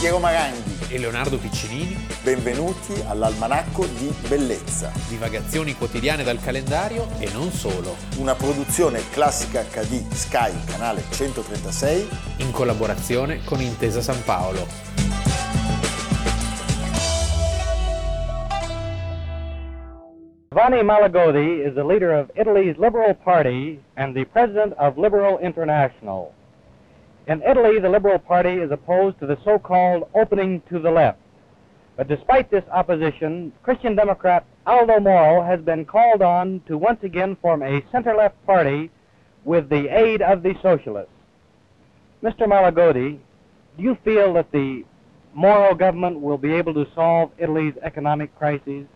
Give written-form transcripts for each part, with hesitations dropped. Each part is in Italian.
Piero Maranghi e Leonardo Piccinini. Benvenuti all'Almanacco di Bellezza. Divagazioni quotidiane dal calendario e non solo. Una produzione Classica HD Sky, canale 136. In collaborazione con Intesa San Paolo. Giovanni Malagodi is the leader of Italy's Liberal Party and the president of Liberal International. In Italy, the Liberal Party is opposed to the so-called opening to the left. But despite this opposition, Christian Democrat Aldo Moro has been called on to once again form a center-left party with the aid of the socialists. Mr. Malagodi, do you feel that the Moro government will be able to solve Italy's economic crises?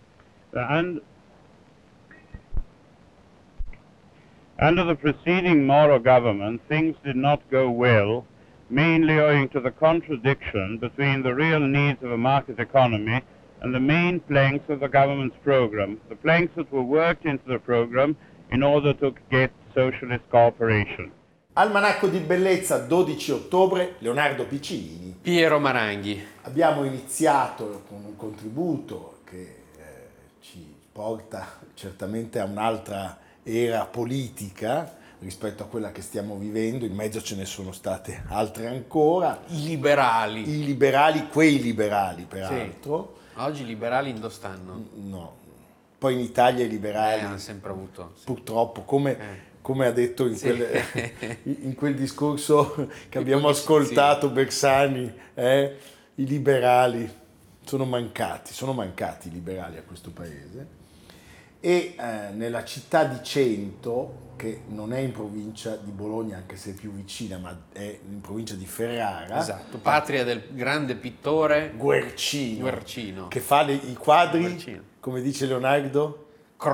Under the preceding Moro government, things did not go well, mainly owing to the contradiction between the real needs of a market economy and the main planks of the government's program, the planks that were worked into the program in order to get socialist cooperation. Almanacco di Bellezza, 12 ottobre, Leonardo Piccinini. Piero Maranghi. Abbiamo iniziato con un contributo che ci porta certamente a un'altra era politica rispetto a quella che stiamo vivendo. In mezzo ce ne sono state altre ancora. I liberali. Quei liberali peraltro. Sì. Oggi i liberali dove stanno? No. Poi in Italia i liberali hanno sempre avuto. Sì. Purtroppo, come ha detto in quel discorso che abbiamo ascoltato, Bersani, i liberali sono mancati i liberali a questo paese. E nella città di Cento, che non è in provincia di Bologna, anche se è più vicina, ma è in provincia di Ferrara. Esatto, patria del grande pittore Guercino. Che fa i quadri, Guercino, come dice Leonardo,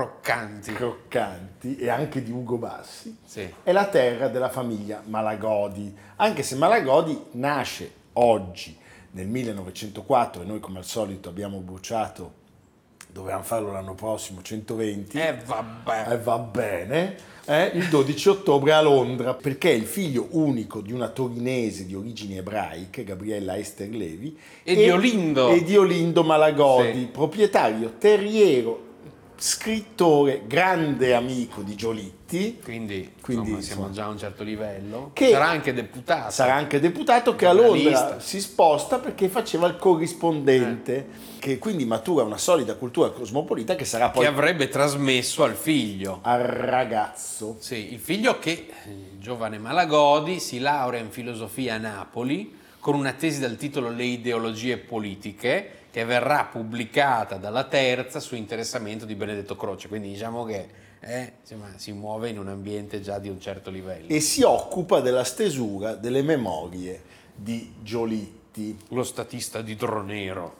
croccanti, e anche di Ugo Bassi. Sì. È la terra della famiglia Malagodi, anche se Malagodi nasce oggi, nel 1904, e noi come al solito abbiamo bruciato. Dovevamo farlo l'anno prossimo, 120. Va bene. Il 12 ottobre a Londra, perché è il figlio unico di una torinese di origini ebraiche, Gabriella Ester Levi, e di Olindo Malagodi, proprietario terriero, scrittore, grande amico di Giolitti. Quindi siamo già a un certo livello. Sarà anche deputato che a Londra si sposta perché faceva il corrispondente. Che quindi matura una solida cultura cosmopolita che sarà poi... Che avrebbe trasmesso al figlio. Al ragazzo. Sì, il figlio che, giovane Malagodi, si laurea in filosofia a Napoli con una tesi dal titolo Le ideologie politiche, che verrà pubblicata dalla Terza su interessamento di Benedetto Croce. Quindi diciamo che si muove in un ambiente già di un certo livello. E si occupa della stesura delle memorie di Giolitti. Lo statista di Dronero.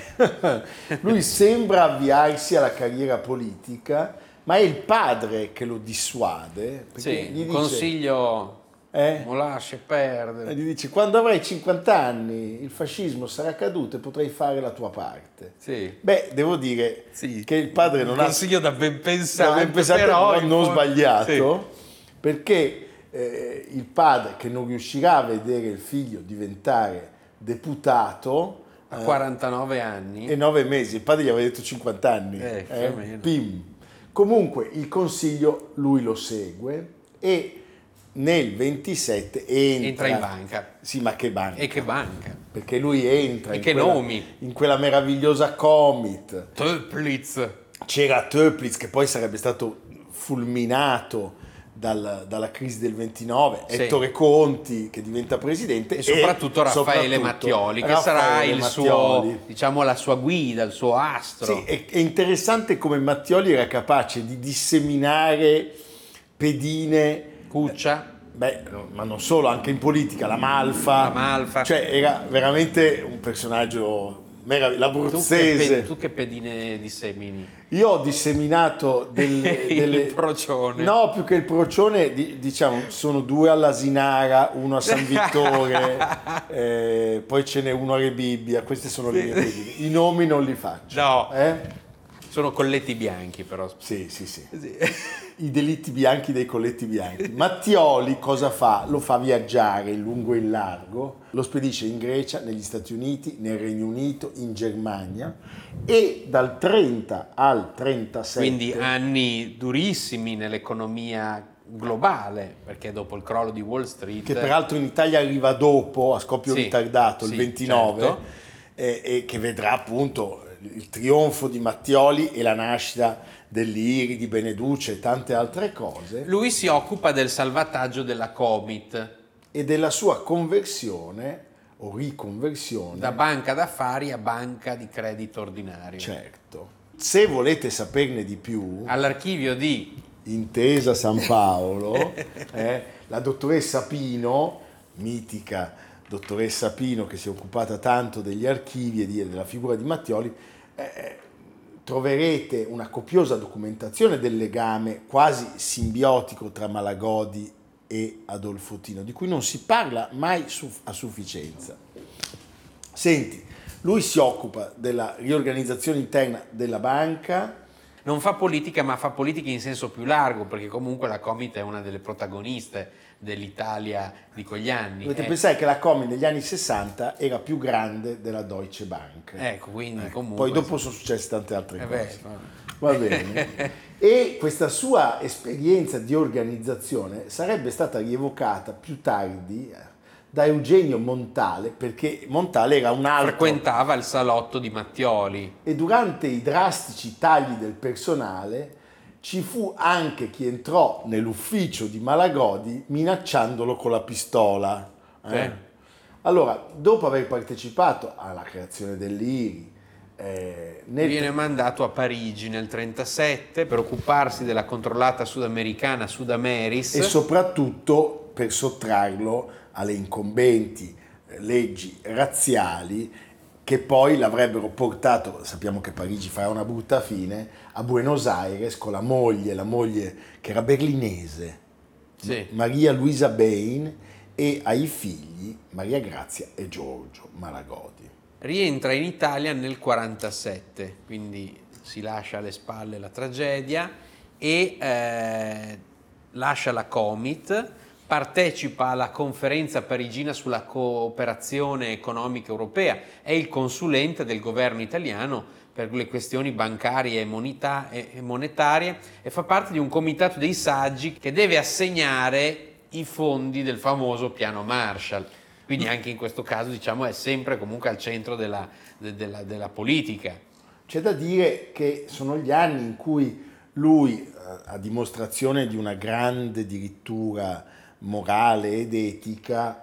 Lui sembra avviarsi alla carriera politica, ma è il padre che lo dissuade. Sì, gli dice, consiglio, lascia perdere. Gli dice: quando avrai 50 anni il fascismo sarà caduto e potrai fare la tua parte. Sì. Beh, devo dire che il padre non ha... Consiglio da ben pensante, però non sbagliato, perché il padre, che non riuscirà a vedere il figlio diventare deputato a 49 anni e 9 mesi, il padre gli aveva detto 50 anni, Pim. Comunque il consiglio lui lo segue e nel 27 entra in banca. Sì, ma che banca? E che banca? Perché lui entra in quella meravigliosa Comit. Toeplitz. C'era Toeplitz, che poi sarebbe stato fulminato dalla crisi del 29, Ettore Conti che diventa presidente, e soprattutto Raffaele Mattioli, che sarà suo, diciamo, la sua guida, il suo astro. Sì, è interessante come Mattioli era capace di disseminare pedine. Cuccia. Ma non solo, anche in politica, la Malfa. Cioè era veramente un personaggio l'abruzzese. Tu che pedine dissemini? Io ho disseminato il procione. No, più che il procione, diciamo, sono 2 all'Asinara, uno a San Vittore, poi ce n'è uno a Rebibbia. Queste sono le mie pedine. I nomi non li faccio. No. Sono colletti bianchi però. Sì. I delitti bianchi dei colletti bianchi. Mattioli cosa fa? Lo fa viaggiare in lungo e in largo, lo spedisce in Grecia, negli Stati Uniti, nel Regno Unito, in Germania, e dal 30 al 37... Quindi anni durissimi nell'economia globale, perché dopo il crollo di Wall Street... Che peraltro in Italia arriva dopo, a scoppio ritardato, il 29, certo. E che vedrà appunto il trionfo di Mattioli e la nascita dell'IRI, di Beneduce e tante altre cose. Lui si occupa del salvataggio della Comit. E della sua conversione o riconversione Da banca d'affari a banca di credito ordinario. Certo. Se volete saperne di più, All'archivio di Intesa San Paolo, la dottoressa Pino, mitica dottoressa Pino, che si è occupata tanto degli archivi e della figura di Mattioli, troverete una copiosa documentazione del legame quasi simbiotico tra Malagodi e Adolfo Tino, di cui non si parla mai a sufficienza. Senti, lui si occupa della riorganizzazione interna della banca. Non fa politica, ma fa politica in senso più largo, perché comunque la Comit è una delle protagoniste dell'Italia di quegli anni. Dovete pensare che la Comit negli anni 60 era più grande della Deutsche Bank. Ecco, quindi comunque... Poi dopo sono successe tante altre cose. Beh, Va bene. E questa sua esperienza di organizzazione sarebbe stata rievocata più tardi da Eugenio Montale, perché Montale era un altro... frequentava il salotto di Mattioli. E durante i drastici tagli del personale ci fu anche chi entrò nell'ufficio di Malagodi minacciandolo con la pistola. Allora, dopo aver partecipato alla creazione dell'IRI, viene mandato a Parigi nel 1937 per occuparsi della controllata sudamericana Sudameris e soprattutto per sottrarlo alle incombenti leggi razziali che poi l'avrebbero portato, sappiamo che Parigi farà una brutta fine, a Buenos Aires con la moglie che era berlinese, Maria Luisa Bain, e ai figli Maria Grazia e Giorgio Malagodi. Rientra in Italia nel 1947, quindi si lascia alle spalle la tragedia e lascia la Comit, partecipa alla conferenza parigina sulla cooperazione economica europea, è il consulente del governo italiano per le questioni bancarie e monetarie e fa parte di un comitato dei saggi che deve assegnare i fondi del famoso piano Marshall. Quindi anche in questo caso, diciamo, è sempre comunque al centro della politica. C'è da dire che sono gli anni in cui lui, a dimostrazione di una grande dirittura morale ed etica,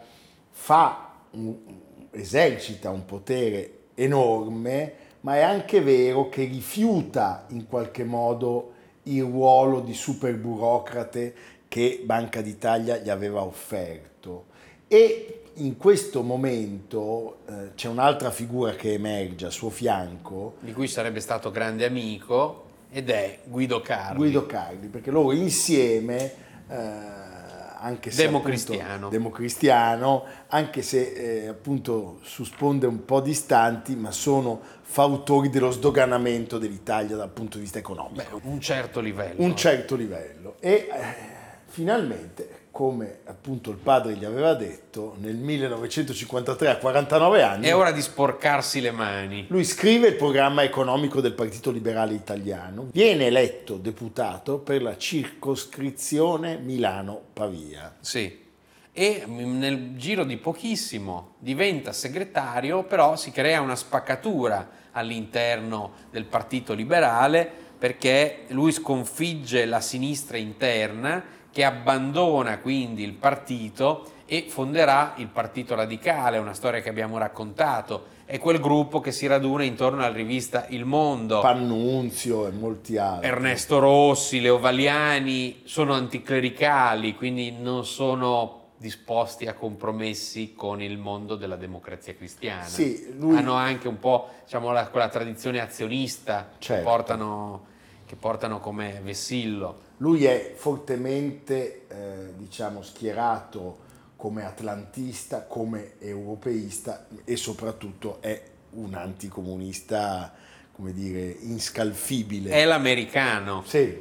esercita un potere enorme, ma è anche vero che rifiuta in qualche modo il ruolo di superburocrate che Banca d'Italia gli aveva offerto. E in questo momento c'è un'altra figura che emerge a suo fianco, di cui sarebbe stato grande amico, ed è Guido Carli. Guido Carli, perché loro insieme, anche se democristiano, anche se appunto su sponde un po' distanti, ma sono fautori dello sdoganamento dell'Italia dal punto di vista economico. Un certo livello. Un certo livello. E finalmente, come appunto il padre gli aveva detto, nel 1953, a 49 anni... È ora di sporcarsi le mani. Lui scrive il programma economico del Partito Liberale Italiano, viene eletto deputato per la circoscrizione Milano-Pavia. Sì, e nel giro di pochissimo diventa segretario, però si crea una spaccatura all'interno del Partito Liberale perché lui sconfigge la sinistra interna, che abbandona quindi il partito e fonderà il Partito Radicale, una storia che abbiamo raccontato. È quel gruppo che si raduna intorno alla rivista Il Mondo. Pannunzio e molti altri. Ernesto Rossi, Leo Valiani sono anticlericali, quindi non sono disposti a compromessi con il mondo della democrazia cristiana. Sì, hanno anche un po', diciamo, quella tradizione azionista, certo, che portano come vessillo. Lui è fortemente schierato come atlantista, come europeista e soprattutto è un anticomunista come dire, inscalfibile. È l'americano. Sì.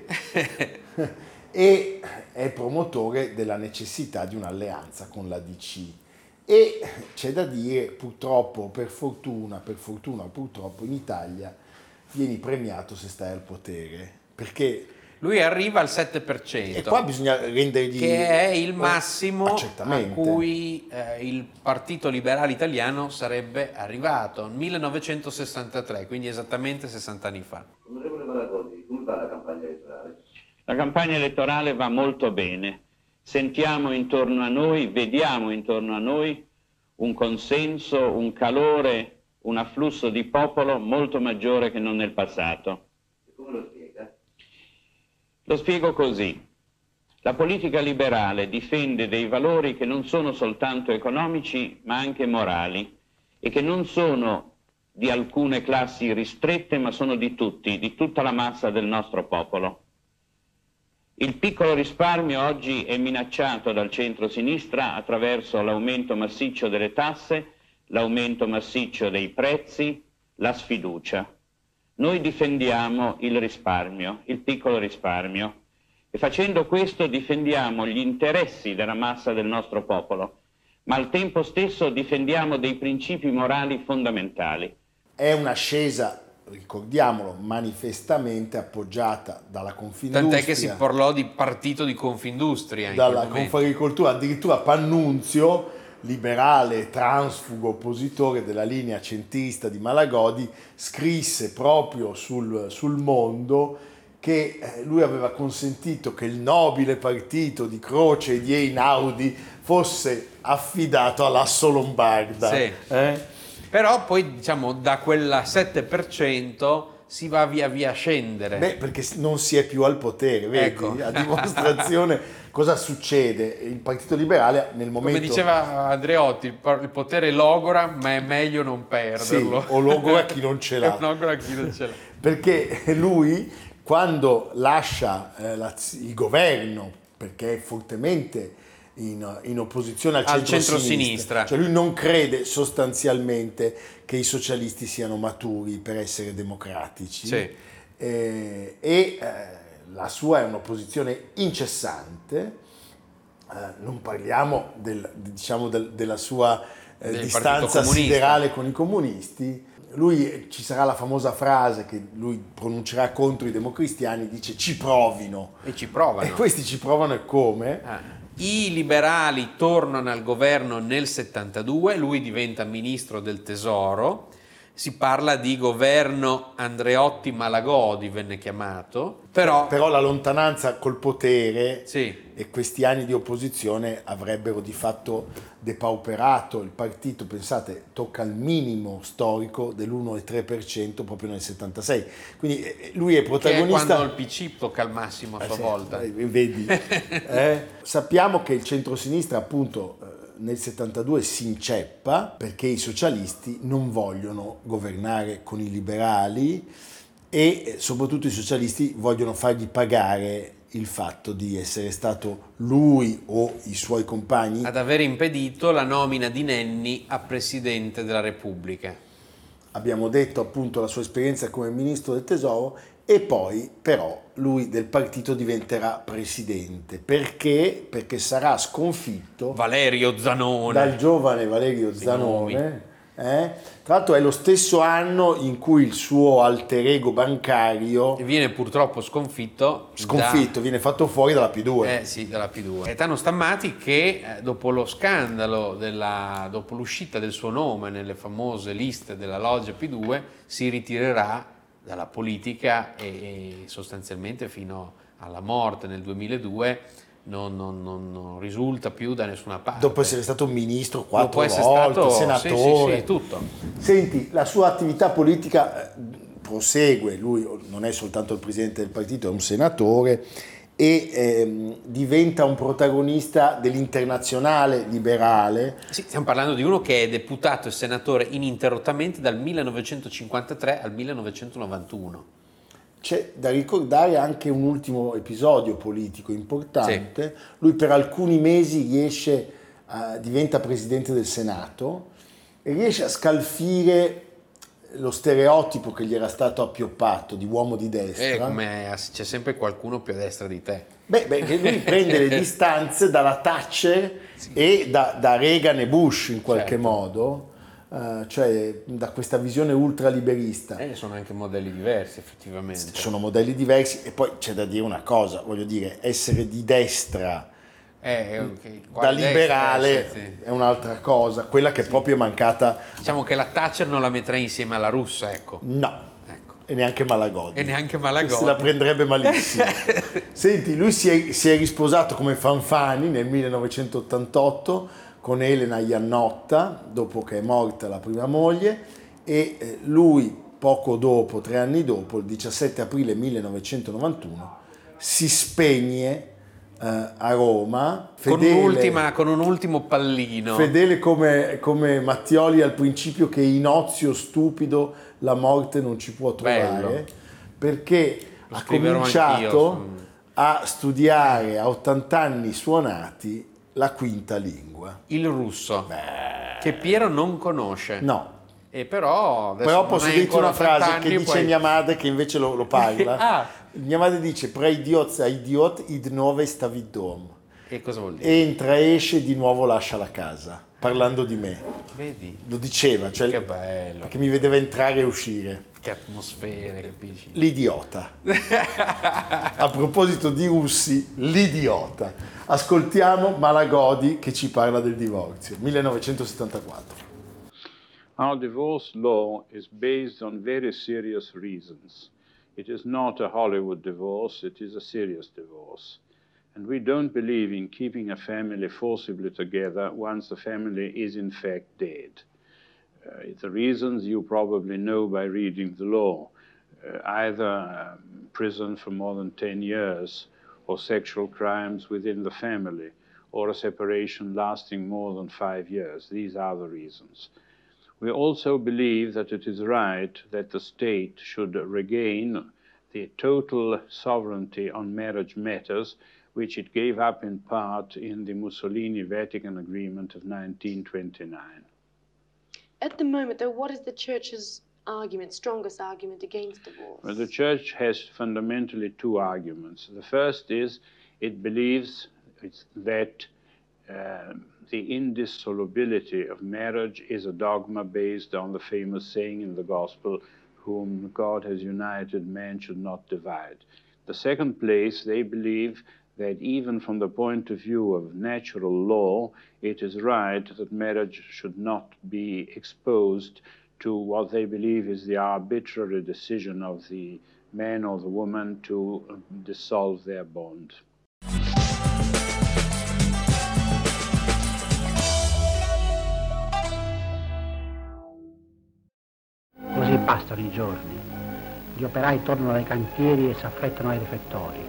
E è promotore della necessità di un'alleanza con la DC. E c'è da dire, purtroppo, per fortuna o purtroppo, in Italia vieni premiato se stai al potere, perché lui arriva al 7%. e qua bisogna rendergli... Che è il massimo a certamente. cui il Partito Liberale Italiano sarebbe arrivato nel 1963, quindi esattamente 60 anni fa. Onorevole Malagodi, come va la campagna elettorale? La campagna elettorale va molto bene. Sentiamo intorno a noi, vediamo intorno a noi un consenso, un calore, un afflusso di popolo molto maggiore che non nel passato. E come lo spiega? Lo spiego così. La politica liberale difende dei valori che non sono soltanto economici ma anche morali e che non sono di alcune classi ristrette ma sono di tutti, di tutta la massa del nostro popolo. Il piccolo risparmio oggi è minacciato dal centro-sinistra attraverso l'aumento massiccio delle tasse, l'aumento massiccio dei prezzi, la sfiducia. Noi difendiamo il risparmio, il piccolo risparmio, e facendo questo difendiamo gli interessi della massa del nostro popolo, ma al tempo stesso difendiamo dei principi morali fondamentali. È un'ascesa, ricordiamolo, manifestamente appoggiata dalla Confindustria. Tant'è che si parlò di partito di Confindustria. Dalla Confagricoltura, addirittura Pannunzio, liberale, transfugo, oppositore della linea centrista di Malagodi, scrisse proprio sul Mondo che lui aveva consentito che il nobile partito di Croce e di Einaudi fosse affidato all'Asso Lombarda. Sì. Però poi, diciamo, da quella 7% si va via via a scendere. Beh, perché non si è più al potere, vedi? Ecco. A dimostrazione cosa succede. Il Partito Liberale nel momento... Come diceva Andreotti, il potere logora, ma è meglio non perderlo. Sì, o logora chi non ce l'ha. Logora chi non ce l'ha. Perché lui, quando lascia il governo, perché è fortemente in opposizione al centro-sinistra, cioè lui non crede sostanzialmente che i socialisti siano maturi per essere democratici, sì. La sua è un'opposizione incessante, non parliamo della sua distanza siderale con i comunisti. Lui, ci sarà la famosa frase che lui pronuncerà contro i democristiani, dice ci provino. E ci provano. E questi ci provano e come? I liberali tornano al governo nel 72, lui diventa ministro del tesoro, si parla di governo Andreotti-Malagodi, venne chiamato, però la lontananza col potere sì. E questi anni di opposizione avrebbero di fatto depauperato il partito. Pensate, tocca il minimo storico dell'1,3% proprio nel 76, quindi lui è protagonista. Che è quando il PC tocca il massimo a sua volta. Vedi. Sappiamo che il centrosinistra appunto nel 72 si inceppa perché i socialisti non vogliono governare con i liberali e soprattutto i socialisti vogliono fargli pagare il fatto di essere stato lui o i suoi compagni ad aver impedito la nomina di Nenni a Presidente della Repubblica. Abbiamo detto appunto la sua esperienza come Ministro del Tesoro e poi però lui del partito diventerà presidente. Perché? Perché sarà sconfitto Valerio Zanone. Dal giovane Valerio Zanone. Tra l'altro è lo stesso anno in cui il suo alter ego bancario viene purtroppo sconfitto, viene fatto fuori dalla P2. Sì, dalla P2. Gaetano Stammati che dopo lo scandalo, dopo l'uscita del suo nome nelle famose liste della loggia P2, si ritirerà dalla politica e sostanzialmente fino alla morte nel 2002 non risulta più da nessuna parte. Dopo essere stato ministro 4 volte, senatore. Sì, tutto. Senti, la sua attività politica prosegue, lui non è soltanto il presidente del partito, è un senatore e diventa un protagonista dell'Internazionale liberale. Sì, stiamo parlando di uno che è deputato e senatore ininterrottamente dal 1953 al 1991. C'è da ricordare anche un ultimo episodio politico importante. Sì. Lui per alcuni mesi diventa presidente del Senato e riesce a scalfire lo stereotipo che gli era stato appioppato di uomo di destra. C'è sempre qualcuno più a destra di te. Che lui prende le distanze dalla Thatcher e da Reagan e Bush in qualche modo, cioè da questa visione ultraliberista. Sono anche modelli diversi effettivamente. Sono modelli diversi e poi c'è da dire una cosa, voglio dire, essere di destra da liberale è un'altra cosa, quella che proprio è mancata. Diciamo che la Thatcher non la metterei insieme alla russa, ecco. No. E neanche Malagodi. Se la prendrebbe malissimo. Senti, lui si è risposato come Fanfani nel 1988 con Elena Iannotta, dopo che è morta la prima moglie, e lui poco dopo, 3 anni dopo, il 17 aprile 1991, si spegne a Roma, fedele, con un ultimo pallino. Fedele come Mattioli al principio che in ozio stupido la morte non ci può trovare, perché ha cominciato a studiare a 80 anni suonati la quinta lingua. Il russo, che Piero non conosce. No. Però posso dirti una frase che dice mia madre, che invece lo parla. Mia madre dice: "Pra idiot a idiot id nuove stavi dom". E cosa vuol dire? Entra, esce, di nuovo lascia la casa, parlando di me. Vedi? Lo diceva, cioè, che bello. Perché mi vedeva entrare e uscire. Che atmosfere, capisci? L'idiota. A proposito di russi, l'idiota. Ascoltiamo Malagodi che ci parla del divorzio, 1974. Our divorce law is based on very serious reasons. It is not a Hollywood divorce, it is a serious divorce. And we don't believe in keeping a family forcibly together once the family is in fact dead. The reasons you probably know by reading the law. Either prison for more than 10 years, or sexual crimes within the family, or a separation lasting more than 5 years. These are the reasons. We also believe that it is right that the state should regain the total sovereignty on marriage matters, which it gave up in part in the Mussolini-Vatican Agreement of 1929. At the moment, though, what is the Church's strongest argument against divorce? Well, the Church has fundamentally 2 arguments. The first is it believes that the indissolubility of marriage is a dogma based on the famous saying in the Gospel, "Whom God has united, man should not divide." The second place, they believe that even from the point of view of natural law, it is right that marriage should not be exposed to what they believe is the arbitrary decision of the man or the woman to dissolve their bond. Così passano i giorni. Gli operai tornano dai cantieri e si affrettano ai riflettori.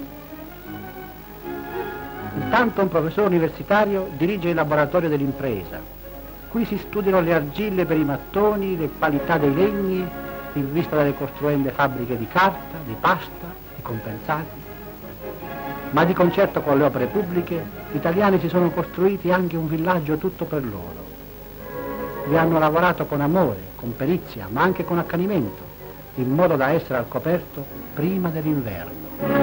Intanto un professore universitario dirige il laboratorio dell'impresa. Qui si studiano le argille per i mattoni, le qualità dei legni, in vista delle costruende fabbriche di carta, di pasta, di compensati. Ma di concerto con le opere pubbliche, gli italiani si sono costruiti anche un villaggio tutto per loro. Vi hanno lavorato con amore, con perizia, ma anche con accanimento, in modo da essere al coperto prima dell'inverno.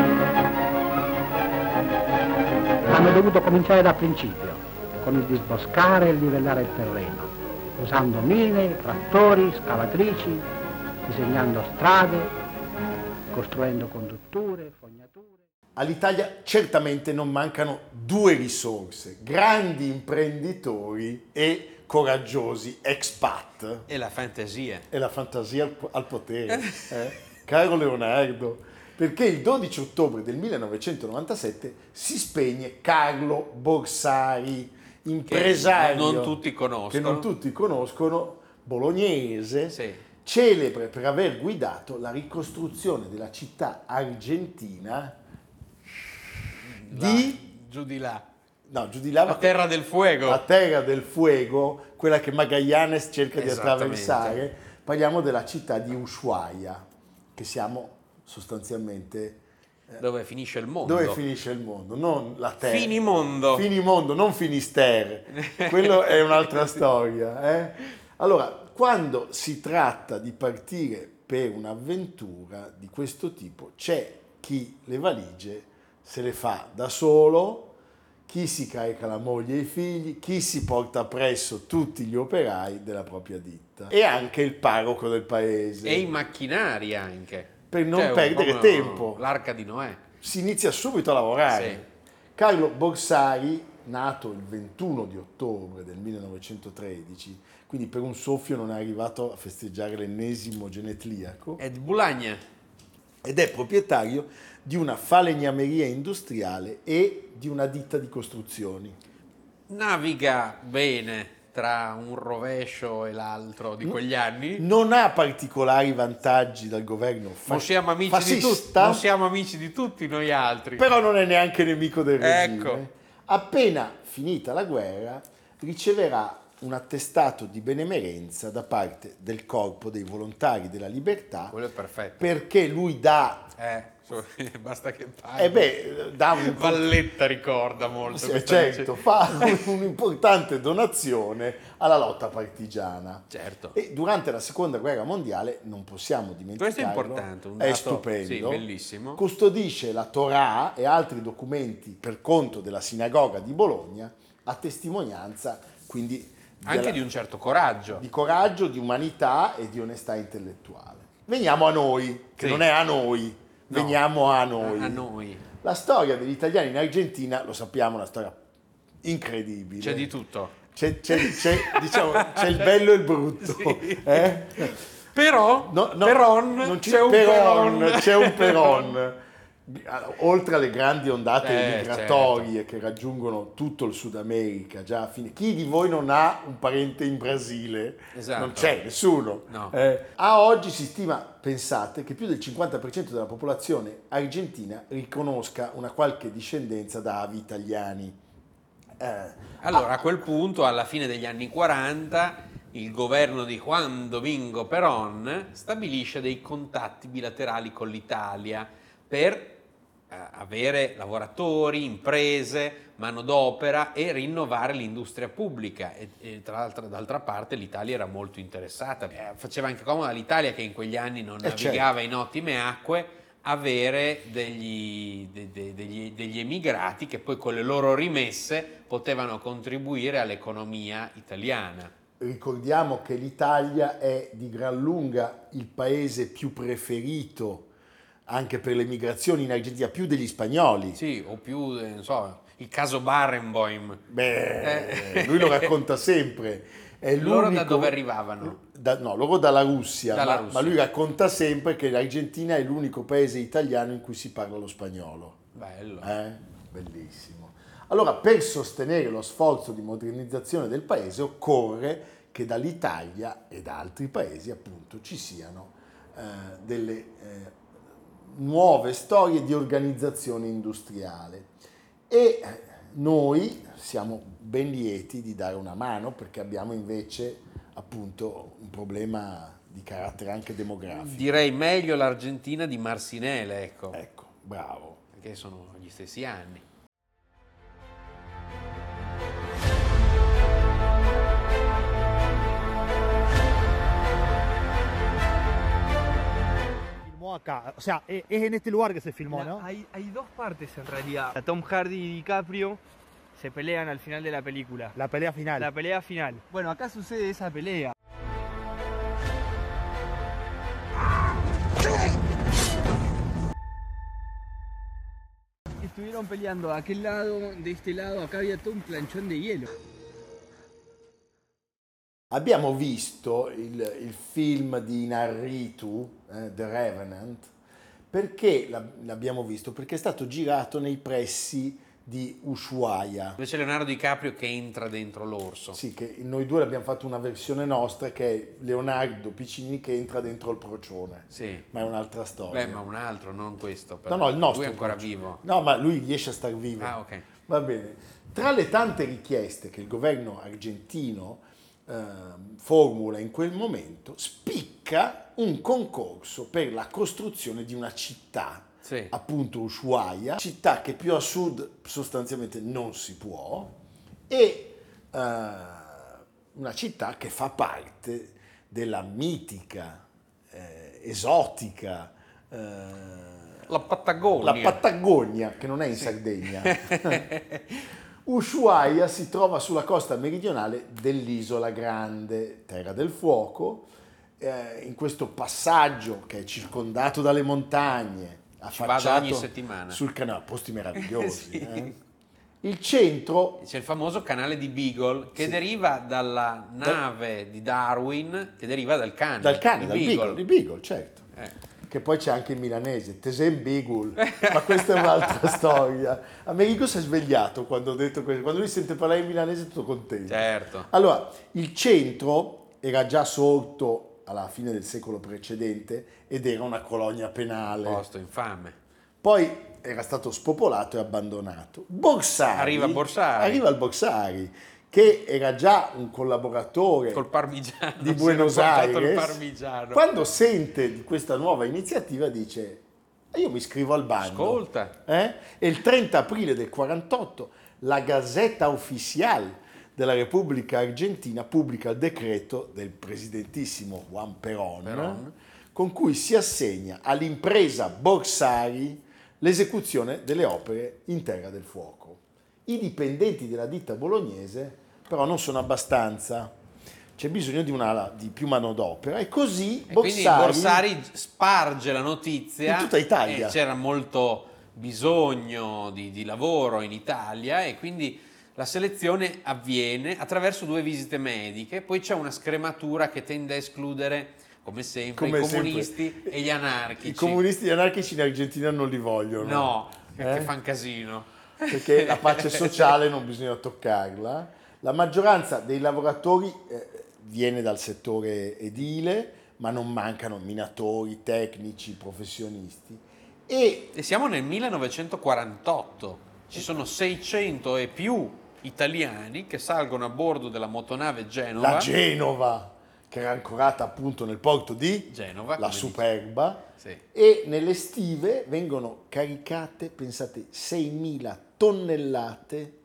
Hanno dovuto cominciare da principio, con il disboscare e il livellare il terreno, usando mine, trattori, scavatrici, disegnando strade, costruendo condutture, fognature. All'Italia certamente non mancano 2 risorse: grandi imprenditori e coraggiosi expat. E la fantasia. E la fantasia al potere, caro Leonardo. Perché il 12 ottobre del 1997 si spegne Carlo Borsari, impresario che non tutti conoscono, bolognese, celebre per aver guidato la ricostruzione della città argentina giù di là. No, giù di là. La Terra del Fuego. La Terra del Fuego, quella che Magallanes cerca di attraversare. Parliamo della città di Ushuaia, che siamo sostanzialmente dove finisce il mondo. Dove finisce il mondo, non la Terra. Finimondo, non Finisterre. Quello è un'altra storia. Allora, quando si tratta di partire per un'avventura di questo tipo, c'è chi le valigie se le fa da solo, chi si carica la moglie e i figli, chi si porta presso tutti gli operai della propria ditta e anche il parroco del paese. E i macchinari anche. Per non Cioè, perdere tempo. L'arca di Noè. Si inizia subito a lavorare. Sì. Carlo Borsari, nato il 21 di ottobre del 1913, quindi per un soffio non è arrivato a festeggiare l'ennesimo genetliaco, È di Bulagna. ed è proprietario di una falegnameria industriale e di una ditta di costruzioni. Naviga bene tra un rovescio e l'altro di quegli anni. Non ha particolari vantaggi dal governo Non siamo amici di tutti, fascista, non siamo amici di tutti noi altri. però non è neanche nemico del regime. Ecco. Appena finita la guerra riceverà un attestato di benemerenza da parte del Corpo dei Volontari della Libertà, Quello è perfetto. perché lui dà Basta che paghi. dà un Valletta ricorda molto. Sì, questa certo, fa un'importante donazione alla lotta partigiana. Certo. E durante la seconda guerra mondiale, non possiamo dimenticarlo, Questo è importante, un è dato, stupendo, sì, bellissimo. custodisce la Torah e altri documenti per conto della sinagoga di Bologna, a testimonianza quindi Anche di un certo coraggio. di coraggio, di umanità e di onestà intellettuale. Veniamo a noi, che Sì. non è a noi, No. veniamo a noi. A noi. La storia degli italiani in Argentina, lo sappiamo, è una storia incredibile. C'è di tutto. Diciamo, c'è il bello e il brutto. Sì. No, non c'è un Peron. C'è un Peron. Oltre alle grandi ondate migratorie che raggiungono tutto il Sud America, già a fine. Chi di voi non ha un parente in Brasile? Esatto. Non c'è nessuno. No. A oggi si stima, pensate, che più del 50% della popolazione argentina riconosca una qualche discendenza da avi italiani. Allora, a quel punto, alla fine degli anni 40, il governo di Juan Domingo Perón stabilisce dei contatti bilaterali con l'Italia per avere lavoratori, imprese, manodopera e rinnovare l'industria pubblica. E d'altra parte l'Italia era molto interessata. Faceva anche comodo all'Italia, che in quegli anni non navigava in ottime acque, avere degli emigrati che poi con le loro rimesse potevano contribuire all'economia italiana. Ricordiamo che l'Italia è di gran lunga il paese più preferito anche per le migrazioni in Argentina, più degli spagnoli. Sì, o più, non so, il caso Barenboim. Lui lo racconta sempre. È Loro da dove arrivavano? Loro dalla Russia, Dalla ma Russia. lui racconta sempre che l'Argentina è l'unico paese italiano in cui si parla lo spagnolo. Bello. Bellissimo. Allora, per sostenere lo sforzo di modernizzazione del paese occorre che dall'Italia e da altri paesi appunto ci siano delle nuove storie di organizzazione industriale, e noi siamo ben lieti di dare una mano, perché abbiamo invece appunto un problema di carattere anche demografico. Direi meglio l'Argentina di Marcinelle, ecco. Ecco, bravo. Perché sono gli stessi anni. Acá, o sea, es en este lugar que se filmó, ¿no? Hay dos partes en realidad. Tom Hardy y DiCaprio se pelean al final de la película. La pelea final. La pelea final. Bueno, acá sucede esa pelea. Estuvieron peleando de aquel lado, de este lado, acá había todo un planchón de hielo. Abbiamo visto il film di Inarritu, The Revenant, perché l'abbiamo visto? Perché è stato girato nei pressi di Ushuaia. Dove c'è Leonardo DiCaprio che entra dentro l'orso. Sì, che noi due abbiamo fatto una versione nostra, che è Leonardo Piccini che entra dentro il procione. Sì. Ma è un'altra storia. Beh, ma un altro, non questo. Però. No, il nostro. Lui è ancora vivo. No, ma lui riesce a star vivo. Ah, ok. Va bene. Tra le tante richieste che il governo argentino formula in quel momento, spicca un concorso per la costruzione di una città, sì, appunto Ushuaia, città che più a sud sostanzialmente non si può, e una città che fa parte della mitica, esotica, La Patagonia. la Patagonia, che non è in Sardegna. Ushuaia si trova sulla costa meridionale dell'Isola Grande, Terra del Fuoco, in questo passaggio che è circondato dalle montagne, vado ogni settimana. sul canale, posti meravigliosi. Sì. Il centro... C'è il famoso canale di Beagle che deriva dalla nave di Darwin, che deriva dal cane. Dal cane, di dal Beagle, certo. Che poi c'è anche il milanese, Tesen Beagle, ma questa è un'altra storia. Amerigo si è svegliato quando ho detto questo, quando lui sente parlare in milanese è tutto contento. Certo. Allora, il centro era già sorto alla fine del secolo precedente ed era una colonia penale. Posto infame. Poi era stato spopolato e abbandonato. Borsari. Arriva il Borsari, che era già un collaboratore col parmigiano di Buenos Aires. Il parmigiano. Quando sente di questa nuova iniziativa dice: io mi iscrivo al bando. Ascolta. E il 30 aprile del 48 la Gazzetta Ufficial della Repubblica Argentina pubblica il decreto del presidentissimo Juan Perón, con cui si assegna all'impresa Borsari l'esecuzione delle opere in Terra del Fuoco. I dipendenti della ditta bolognese però non sono abbastanza, c'è bisogno di più manodopera e così Borsari sparge la notizia in tutta Italia. C'era molto bisogno di lavoro in Italia e quindi la selezione avviene attraverso 2 visite mediche, poi c'è una scrematura che tende a escludere come sempre, i comunisti e gli anarchici. I comunisti e gli anarchici in Argentina non li vogliono. No, che fanno casino. Perché la pace sociale non bisogna toccarla. La maggioranza dei lavoratori viene dal settore edile, ma non mancano minatori, tecnici, professionisti. E siamo nel 1948, ci sono 600 e più italiani che salgono a bordo della motonave Genova. La Genova, che era ancorata appunto nel porto di Genova, la Superba, sì. E nelle stive vengono caricate, pensate, 6.000 tonnellate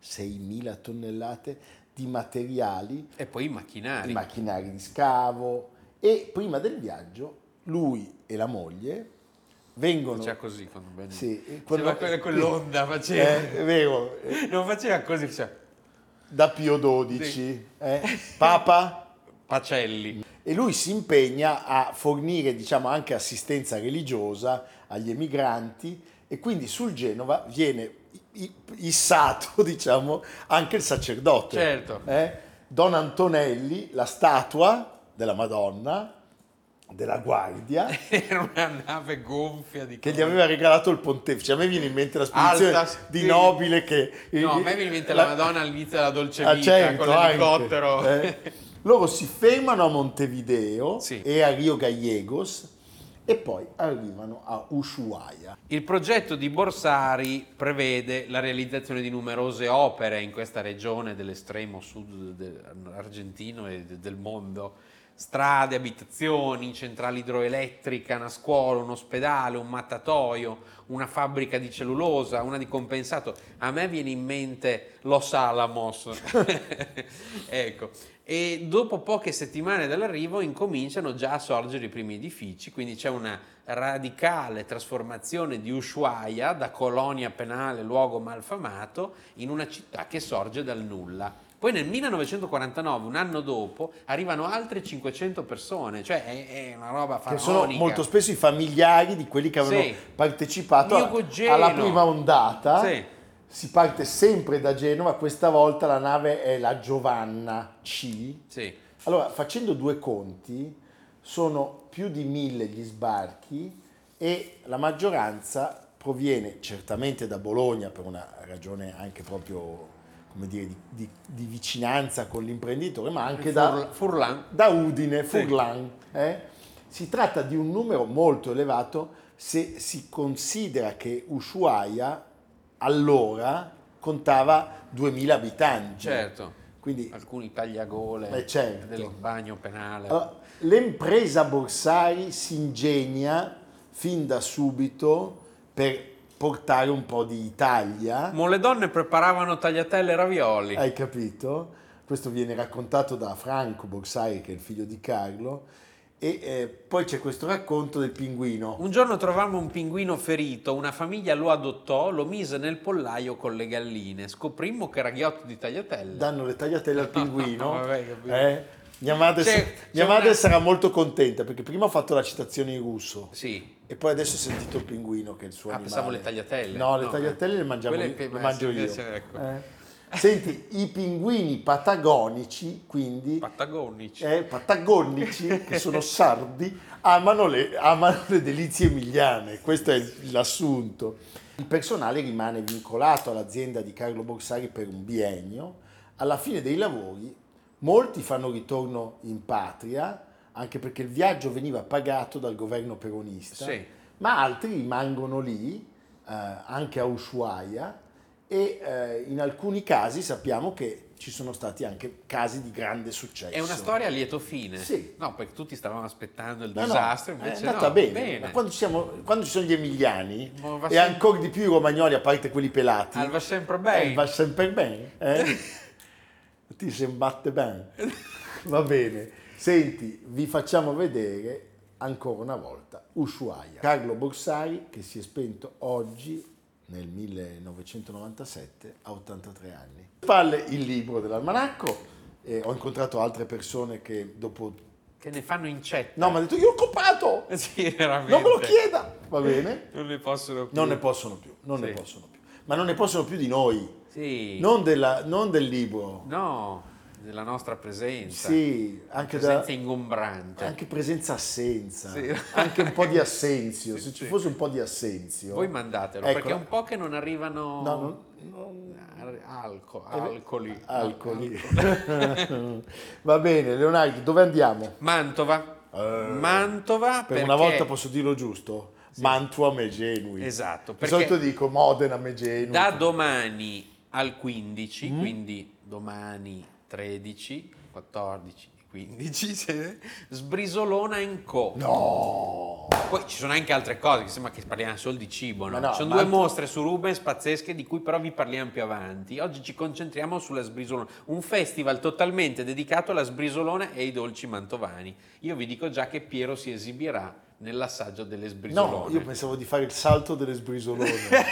di materiali e poi i macchinari di scavo, e prima del viaggio lui e la moglie vengono... Faceva così quando sì, quell'onda faceva. È vero. Non faceva così, da Pio XII, sì. Papa Pacelli. E lui si impegna a fornire, diciamo, anche assistenza religiosa agli emigranti, e quindi sul Genova viene issato, diciamo, anche il sacerdote. Certo. Don Antonelli, la statua della Madonna, della Guardia, era una nave gonfia di che gli aveva regalato il pontefice. A me viene in mente la spedizione di Nobile che... No, a me viene in mente la Madonna all'inizio della Dolce Vita, certo, con l'elicottero. Loro si fermano a Montevideo, sì, e a Rio Gallegos e poi arrivano a Ushuaia. Il progetto di Borsari prevede la realizzazione di numerose opere in questa regione dell'estremo sud argentino e del mondo. Strade, abitazioni, centrali idroelettrica, una scuola, un ospedale, un mattatoio, una fabbrica di cellulosa, una di compensato. A me viene in mente Los Alamos. Ecco. E dopo poche settimane dall'arrivo incominciano già a sorgere i primi edifici, quindi c'è una radicale trasformazione di Ushuaia da colonia penale, luogo malfamato, in una città che sorge dal nulla. Poi nel 1949, un anno dopo, arrivano altre 500 persone, cioè è una roba faraonica. Che sono molto spesso i familiari di quelli che avevano partecipato alla prima ondata. Sì. Si parte sempre da Genova, questa volta la nave è la Giovanna C. Sì. Allora, facendo 2 conti, sono più di 1000 gli sbarchi e la maggioranza proviene certamente da Bologna, per una ragione anche proprio, come dire, di vicinanza con l'imprenditore, ma anche Furlan. Da Udine, sì. Furlan. Si tratta di un numero molto elevato se si considera che Ushuaia allora contava 2000 abitanti. Certo. Quindi, alcuni tagliagole certo, del bagno penale. Allora, l'impresa Borsari si ingegna fin da subito per portare un po' di Italia. Le donne preparavano tagliatelle e ravioli. Hai capito? Questo viene raccontato da Franco Borsari, che è il figlio di Carlo, e poi c'è questo racconto del pinguino. Un giorno trovammo un pinguino ferito, una famiglia lo adottò, lo mise nel pollaio con le galline. Scoprimmo che era ghiotto di tagliatelle. Danno le tagliatelle al pinguino. Vabbè, capito. Mia madre sarà molto contenta, perché prima ho fatto la citazione in russo. Sì. E poi adesso ho sentito il pinguino, che è il suo animale. Pensavo le tagliatelle. No, le tagliatelle le mangio io. Ecco. Senti, i pinguini patagonici, quindi patagonici, che sono sardi, amano le delizie emiliane. Questo è l'assunto. Il personale rimane vincolato all'azienda di Carlo Borsari per un biennio. Alla fine dei lavori molti fanno ritorno in patria, anche perché il viaggio veniva pagato dal governo peronista, sì. Ma altri rimangono lì, anche a Ushuaia, e in alcuni casi sappiamo che ci sono stati anche casi di grande successo. È una storia a lieto fine. Sì. No, perché tutti stavamo aspettando il disastro, invece è andata bene. Ma quando ci sono gli emiliani, e ancora di più i romagnoli, a parte quelli pelati, va sempre bene. Va sempre bene. Ti si imbatte bene. Va bene. Senti, vi facciamo vedere ancora una volta Ushuaia. Carlo Borsari, che si è spento oggi nel 1997 a 83 anni. Spalle il libro dell'almanacco, ho incontrato altre persone che dopo... Che ne fanno incetta. No, mi ha detto, io l'ho comprato! Sì, veramente. Non me lo chieda! Va bene? Non ne possono più. Non ne possono più. Ma non ne possono più di noi. Sì. Non del libro. No, della nostra presenza. Sì, anche presenza ingombrante. Anche presenza-assenza. Sì. Anche un po' di assenzio. Se ci fosse un po' di assenzio. Voi mandatelo, ecco, perché è un po' che non arrivano... Alcoli. Va bene, Leonardo, dove andiamo? Mantova. Mantova per perché... una volta posso dirlo giusto? Sì. Mantua Megenui. Esatto. Di solito dico Modena Megenui. Da domani al 15, quindi domani 13, 14, 15, Sbrisolona & Co. No! Poi ci sono anche altre cose, che sembra che parliamo solo di cibo, no? No, ci sono due mostre su Rubens pazzesche, di cui però vi parliamo più avanti. Oggi ci concentriamo sulla Sbrisolona, un festival totalmente dedicato alla Sbrisolona e ai dolci mantovani. Io vi dico già che Piero si esibirà nell'assaggio delle sbrisolone. No, io pensavo di fare il salto delle sbrisolone.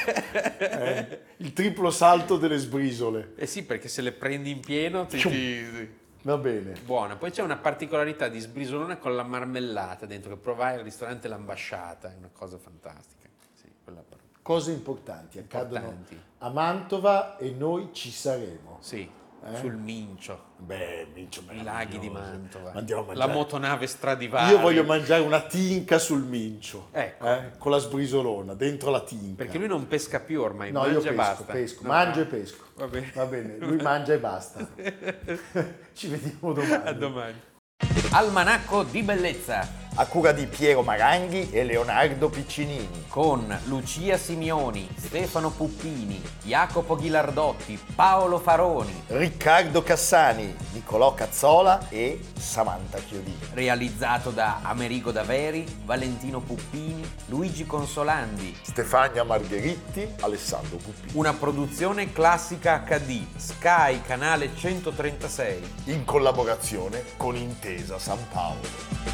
Il triplo salto delle sbrisole. Eh sì, perché se le prendi in pieno Va bene. Buona. Poi c'è una particolarità di sbrisolone con la marmellata dentro, che provai al ristorante L'Ambasciata, è una cosa fantastica. Sì, cose importanti accadono a Mantova e noi ci saremo. Sì. Sul Mincio. Beh, Mincio i laghi di Mantova. Andiamo a mangiare. La motonave Stradivari. Io voglio mangiare una tinca sul Mincio. Ecco. Con la sbrisolona, dentro la tinca. Perché lui non pesca più ormai, no, mangia io e basta. Pesco, mangio e pesco. Va bene, lui mangia e basta. Ci vediamo domani. A domani. Almanacco di bellezza. A cura di Piero Maranghi e Leonardo Piccinini. Con Lucia Simioni, Stefano Puppini, Jacopo Ghilardotti, Paolo Faroni, Riccardo Cassani, Nicolò Cazzola e Samantha Chiodini. Realizzato da Amerigo Daveri, Valentino Puppini, Luigi Consolandi, Stefania Margheritti, Alessandro Puppini. Una produzione Classica HD, Sky, canale 136. In collaborazione con Intesa San Paolo.